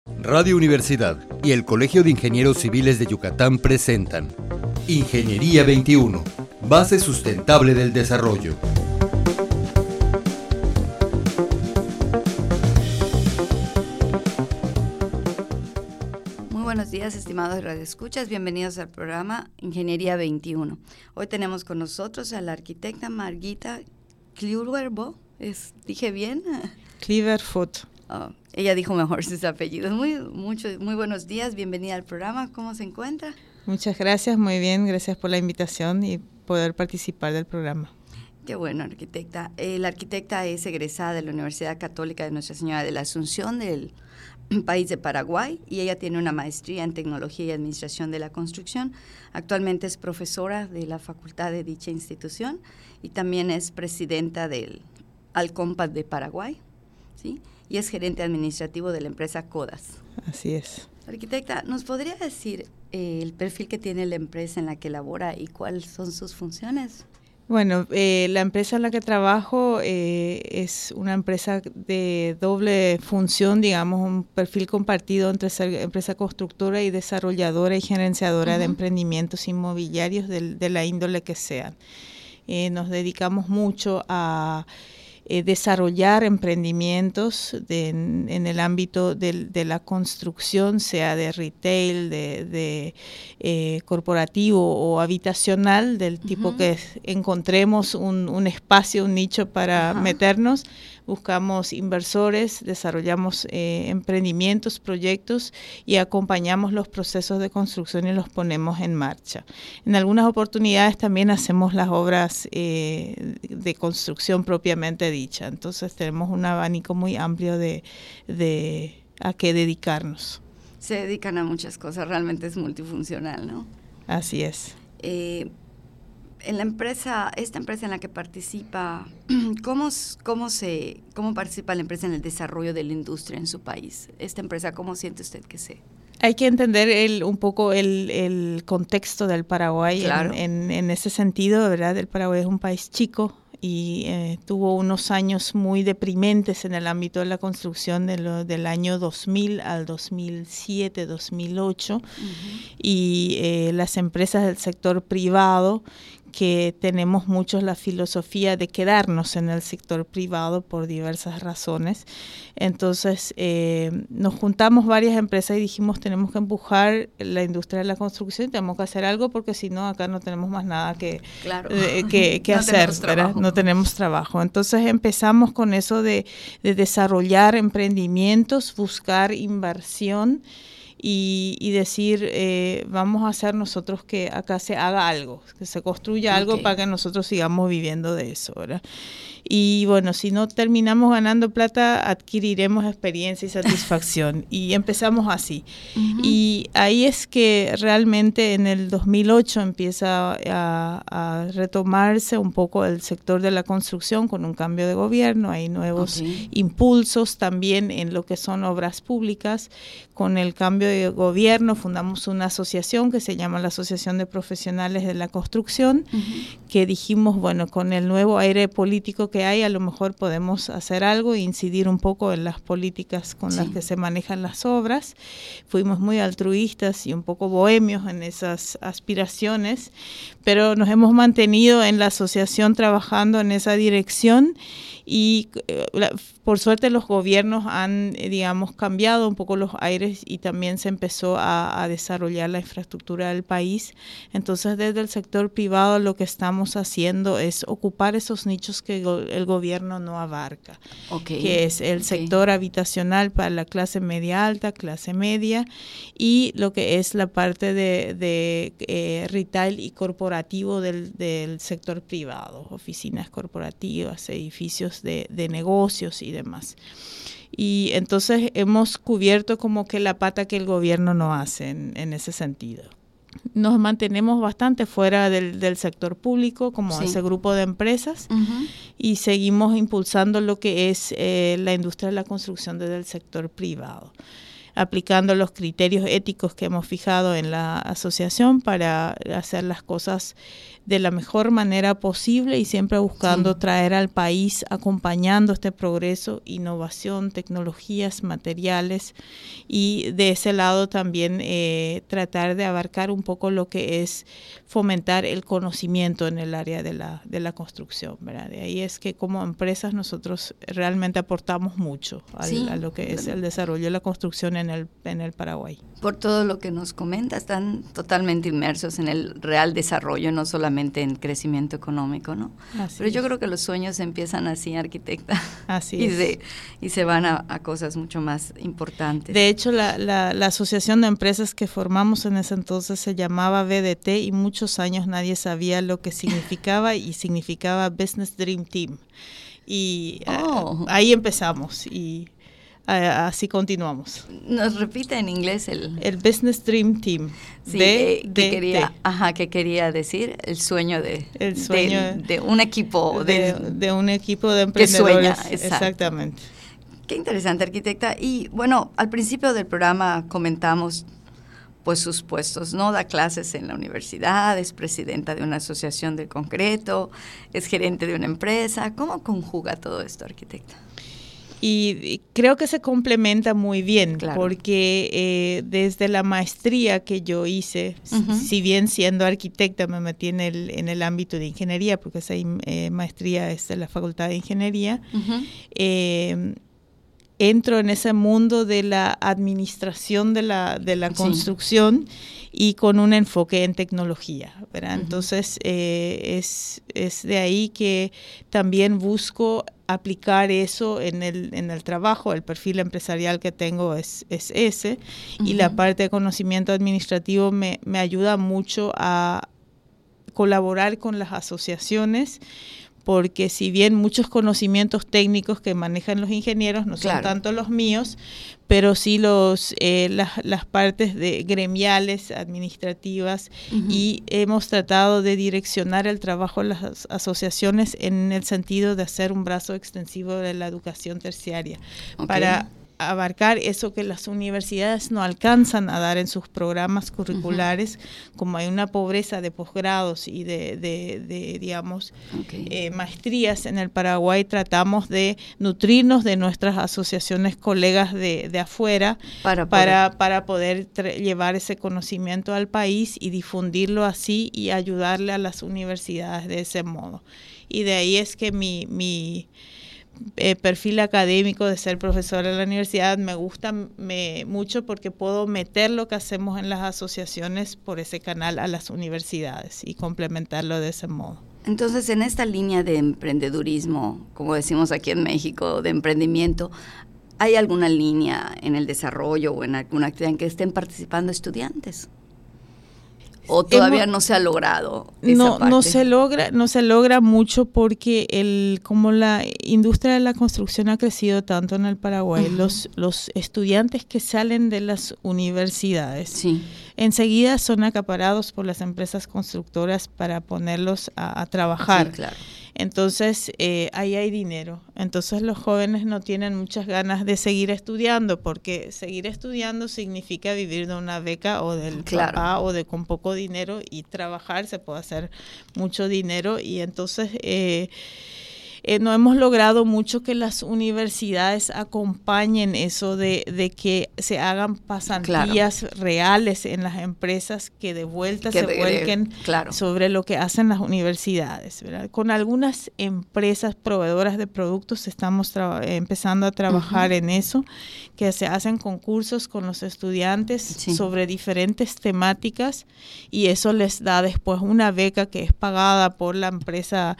Radio Universidad y el Colegio de Ingenieros Civiles de Yucatán presentan Ingeniería 21, base sustentable del desarrollo. Muy buenos días, estimados radioescuchas, bienvenidos al programa Ingeniería 21. Hoy tenemos con nosotros a la arquitecta Margita Kluiverbo. ¿Dije bien? Kluiverbo. Oh, ella dijo mejor sus apellidos. Muy buenos días, bienvenida al programa. ¿Cómo se encuentra? Muchas gracias, muy bien, gracias por la invitación y poder participar del programa. Qué bueno, arquitecta. La arquitecta es egresada de la Universidad Católica de Nuestra Señora de la Asunción del país de Paraguay y ella tiene una maestría en Tecnología y Administración de la Construcción. Actualmente es profesora de la facultad de dicha institución y también es presidenta del Alcompat de Paraguay, ¿sí? Y es gerente administrativo de la empresa CODAS. Así es. Arquitecta, ¿nos podría decir el perfil que tiene la empresa en la que labora y cuáles son sus funciones? Bueno, la empresa en la que trabajo es una empresa de doble función, digamos, un perfil compartido entre ser empresa constructora y desarrolladora y gerenciadora de emprendimientos inmobiliarios de la índole que sean. Nos dedicamos mucho a desarrollar emprendimientos en el ámbito de la construcción, sea de retail, de corporativo o habitacional, del tipo que encontremos un espacio, un nicho para meternos. Buscamos inversores, desarrollamos emprendimientos, proyectos y acompañamos los procesos de construcción y los ponemos en marcha. En algunas oportunidades también hacemos las obras de construcción propiamente dicha. Entonces tenemos un abanico muy amplio de a qué dedicarnos. Se dedican a muchas cosas, realmente es multifuncional, ¿no? Así es. En la empresa, esta empresa en la que participa, ¿cómo participa la empresa en el desarrollo de la industria en su país? Esta empresa, ¿cómo siente usted que se...? Hay que entender un poco el contexto del Paraguay. Claro. En ese sentido, ¿verdad? El Paraguay es un país chico y tuvo unos años muy deprimentes en el ámbito de la construcción del año 2000 al 2007, 2008 y las empresas del sector privado, que tenemos muchos la filosofía de quedarnos en el sector privado por diversas razones. Entonces nos juntamos varias empresas y dijimos tenemos que empujar la industria de la construcción, tenemos que hacer algo porque si no acá no tenemos más nada que no hacer, ¿verdad? No tenemos trabajo. Entonces empezamos con eso de desarrollar emprendimientos, buscar inversión y decir, vamos a hacer nosotros que acá se haga algo, que se construya algo para que nosotros sigamos viviendo de eso, ¿verdad? Y bueno, si no terminamos ganando plata, adquiriremos experiencia y satisfacción. Y empezamos así. Y ahí es que realmente en el 2008 empieza a retomarse un poco el sector de la construcción con un cambio de gobierno. Hay nuevos impulsos también en lo que son obras públicas. Con el cambio de gobierno fundamos una asociación que se llama la Asociación de Profesionales de la Construcción, que dijimos, bueno, con el nuevo aire político que hay, a lo mejor podemos hacer algo e incidir un poco en las políticas con las que se manejan las obras. Fuimos muy altruistas y un poco bohemios en esas aspiraciones, pero nos hemos mantenido en la asociación trabajando en esa dirección y por suerte los gobiernos han, digamos, cambiado un poco los aires y también se empezó a desarrollar la infraestructura del país. Entonces, desde el sector privado lo que estamos haciendo es ocupar esos nichos que el gobierno no abarca, que es el sector habitacional para la clase media alta, clase media, y lo que es la parte de retail y corporativo del sector privado, oficinas corporativas, edificios de negocios y demás. Y entonces hemos cubierto como que la pata que el gobierno no hace en ese sentido. Nos mantenemos bastante fuera del sector público como ese grupo de empresas y seguimos impulsando lo que es la industria de la construcción desde el sector privado. aplicando los criterios éticos que hemos fijado en la asociación para hacer las cosas de la mejor manera posible y siempre buscando traer al país, acompañando este progreso, innovación, tecnologías, materiales, y de ese lado también tratar de abarcar un poco lo que es fomentar el conocimiento en el área de la construcción, ¿verdad? De ahí es que como empresas nosotros realmente aportamos mucho a lo que es el desarrollo de la construcción en el Paraguay. Por todo lo que nos comenta, están totalmente inmersos en el real desarrollo, no solamente en crecimiento económico, ¿no? Pero yo creo que los sueños empiezan así, arquitecta. Así y se van a cosas mucho más importantes. De hecho, la asociación de empresas que formamos en ese entonces se llamaba BDT y muchos años nadie sabía lo que significaba y significaba Business Dream Team. Y ahí empezamos y así continuamos. ¿Nos repite en inglés el Business Dream Team? Sí, que quería decir el sueño de un equipo de un equipo de emprendedores. Que sueña, exactamente. Qué interesante, arquitecta. Y bueno, al principio del programa comentamos pues sus puestos, ¿no? Da clases en la universidad, es presidenta de una asociación del concreto, es gerente de una empresa. ¿Cómo conjuga todo esto, arquitecta? Y creo que se complementa muy bien, porque desde la maestría que yo hice, si bien siendo arquitecta me metí en el ámbito de ingeniería, porque esa maestría es de la Facultad de Ingeniería, entro en ese mundo de la administración de la construcción y con un enfoque en tecnología, ¿verdad? Entonces, es de ahí que también busco aplicar eso en el trabajo. El perfil empresarial que tengo es ese, y la parte de conocimiento administrativo me ayuda mucho a colaborar con las asociaciones, porque si bien muchos conocimientos técnicos que manejan los ingenieros no son tanto los míos, pero sí las partes gremiales, administrativas, y hemos tratado de direccionar el trabajo de las asociaciones en el sentido de hacer un brazo extensivo de la educación terciaria, para abarcar eso que las universidades no alcanzan a dar en sus programas curriculares. Como hay una pobreza de posgrados y de digamos, maestrías en el Paraguay, tratamos de nutrirnos de nuestras asociaciones colegas de afuera para poder llevar ese conocimiento al país y difundirlo así y ayudarle a las universidades de ese modo. Y de ahí es que mi perfil académico de ser profesora en la universidad me gusta mucho, porque puedo meter lo que hacemos en las asociaciones por ese canal a las universidades y complementarlo de ese modo. Entonces, en esta línea de emprendedurismo, como decimos aquí en México, de emprendimiento, ¿hay alguna línea en el desarrollo o en alguna actividad en que estén participando estudiantes? ¿O todavía no se ha logrado esa parte? No se logra mucho, porque como la industria de la construcción ha crecido tanto en el Paraguay, los estudiantes que salen de las universidades enseguida son acaparados por las empresas constructoras para ponerlos a trabajar. Sí, claro. Entonces, ahí hay dinero. Entonces, los jóvenes no tienen muchas ganas de seguir estudiando, porque seguir estudiando significa vivir de una beca o del papá o de con poco dinero, y trabajar se puede hacer mucho dinero. Y entonces no hemos logrado mucho que las universidades acompañen eso de que se hagan pasantías reales en las empresas, que de vuelta se vuelquen sobre lo que hacen las universidades, ¿verdad? Con algunas empresas proveedoras de productos estamos empezando a trabajar en eso, que se hacen concursos con los estudiantes sobre diferentes temáticas, y eso les da después una beca que es pagada por la empresa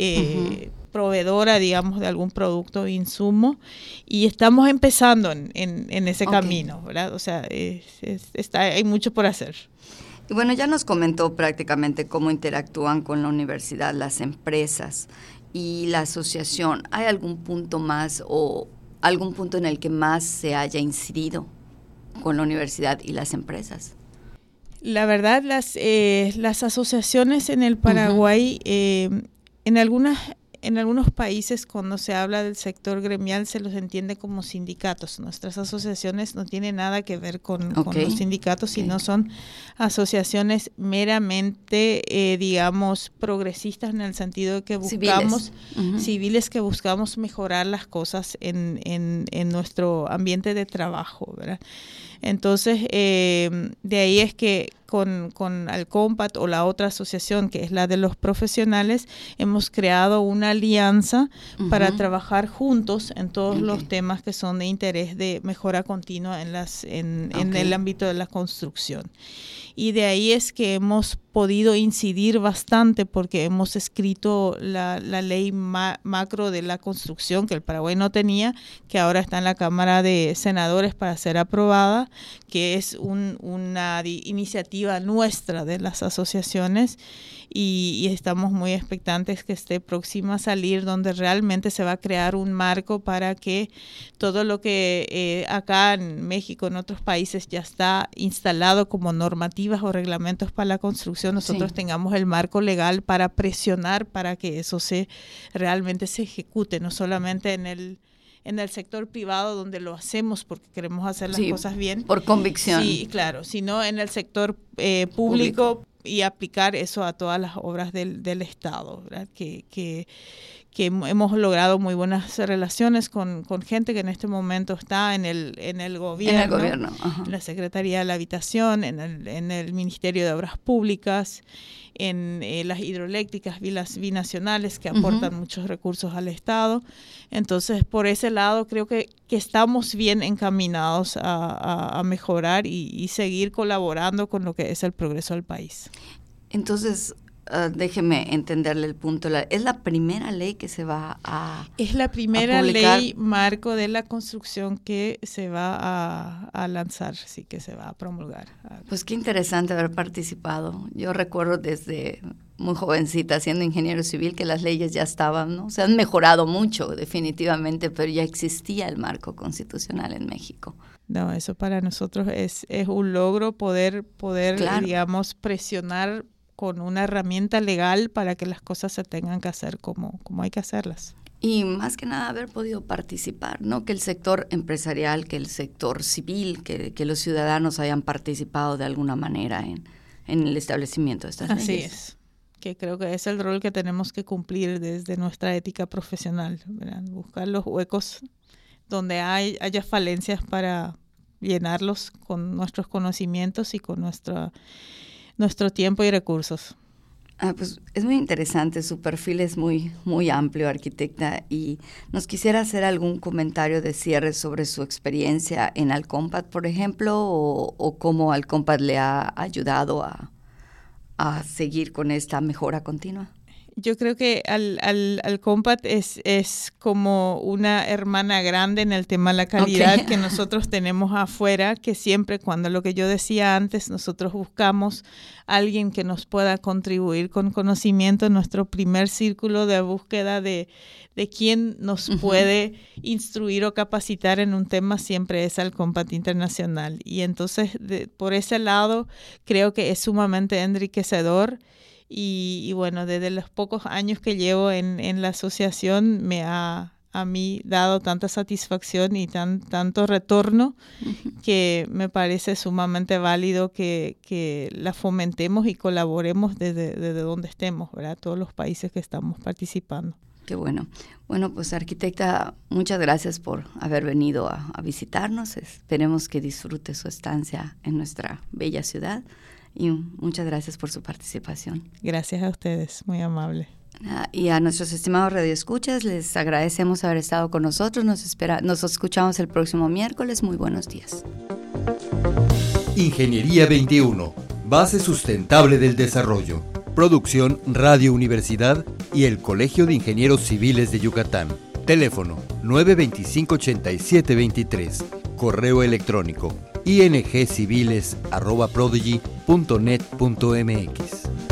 proveedora, digamos, de algún producto o insumo, y estamos empezando en ese camino, ¿verdad? O sea, hay mucho por hacer. Y bueno, ya nos comentó prácticamente cómo interactúan con la universidad las empresas y la asociación. ¿Hay algún punto más o algún punto en el que más se haya incidido con la universidad y las empresas? La verdad, las asociaciones en el Paraguay, en algunas en algunos países cuando se habla del sector gremial se los entiende como sindicatos. Nuestras asociaciones no tienen nada que ver con los sindicatos, sino son asociaciones meramente, digamos, progresistas en el sentido de que buscamos civiles que buscamos mejorar las cosas en nuestro ambiente de trabajo, ¿verdad? Entonces, de ahí es que con Alcompat o la otra asociación, que es la de los profesionales, hemos creado una alianza para trabajar juntos en todos los temas que son de interés de mejora continua en el ámbito de la construcción. Y de ahí es que hemos podido incidir bastante porque hemos escrito la ley macro de la construcción que el Paraguay no tenía, que ahora está en la Cámara de Senadores para ser aprobada, que es una iniciativa nuestra de las asociaciones y estamos muy expectantes que esté próxima a salir, donde realmente se va a crear un marco para que todo lo que acá en México, en otros países ya está instalado como normativas o reglamentos para la construcción, nosotros tengamos el marco legal para presionar para que eso realmente se ejecute, no solamente en el sector privado donde lo hacemos porque queremos hacer las cosas bien. Por convicción. Sí, claro, sino en el sector público y aplicar eso a todas las obras del Estado, ¿verdad? Que hemos logrado muy buenas relaciones con gente que en este momento está en el gobierno, en la Secretaría de la Habitación, en el Ministerio de Obras Públicas, en las hidroeléctricas binacionales que aportan muchos recursos al Estado. Entonces, por ese lado, creo que estamos bien encaminados a mejorar y seguir colaborando con lo que es el progreso del país. Entonces, déjeme entenderle el punto. ¿Es la primera ley que se va a Es la primera ley marco de la construcción que se va a lanzar, sí, que se va a promulgar. Pues qué interesante haber participado. Yo recuerdo desde muy jovencita, siendo ingeniero civil, que las leyes ya estaban, ¿no? Se han mejorado mucho, definitivamente, pero ya existía el marco constitucional en México. No, eso para nosotros es un logro poder claro, digamos, presionar con una herramienta legal para que las cosas se tengan que hacer como hay que hacerlas. Y más que nada haber podido participar, ¿no? Que el sector empresarial, que el sector civil, que los ciudadanos hayan participado de alguna manera en el establecimiento de estas leyes. Así es, que creo que es el rol que tenemos que cumplir desde nuestra ética profesional, ¿verdad? Buscar los huecos donde haya falencias para llenarlos con nuestros conocimientos y con nuestro tiempo y recursos. Pues es muy interesante, su perfil es muy, muy amplio, arquitecta, y nos quisiera hacer algún comentario de cierre sobre su experiencia en Alcompat, por ejemplo, o cómo Alcompat le ha ayudado a seguir con esta mejora continua. Yo creo que Alcompat es como una hermana grande en el tema de la calidad que nosotros tenemos afuera, que siempre cuando lo que yo decía antes, nosotros buscamos a alguien que nos pueda contribuir con conocimiento. Nuestro primer círculo de búsqueda de quién nos puede instruir o capacitar en un tema siempre es Alcompat Internacional. Y entonces, por ese lado, creo que es sumamente enriquecedor. Y bueno, desde los pocos años que llevo en la asociación me ha a mí dado tanta satisfacción y tanto retorno que me parece sumamente válido que la fomentemos y colaboremos desde donde estemos, ¿verdad? Todos los países que estamos participando. Qué bueno. Bueno, pues arquitecta, muchas gracias por haber venido a visitarnos. Esperemos que disfrute su estancia en nuestra bella ciudad. Y muchas gracias por su participación. Gracias a ustedes, muy amable. Y a nuestros estimados radioescuchas, les agradecemos haber estado con nosotros. Nos escuchamos el próximo miércoles. Muy buenos días. Ingeniería 21, base sustentable del desarrollo. Producción Radio Universidad y el Colegio de Ingenieros Civiles de Yucatán. Teléfono 925-8723. Correo electrónico ingciviles@prodigy.net.mx.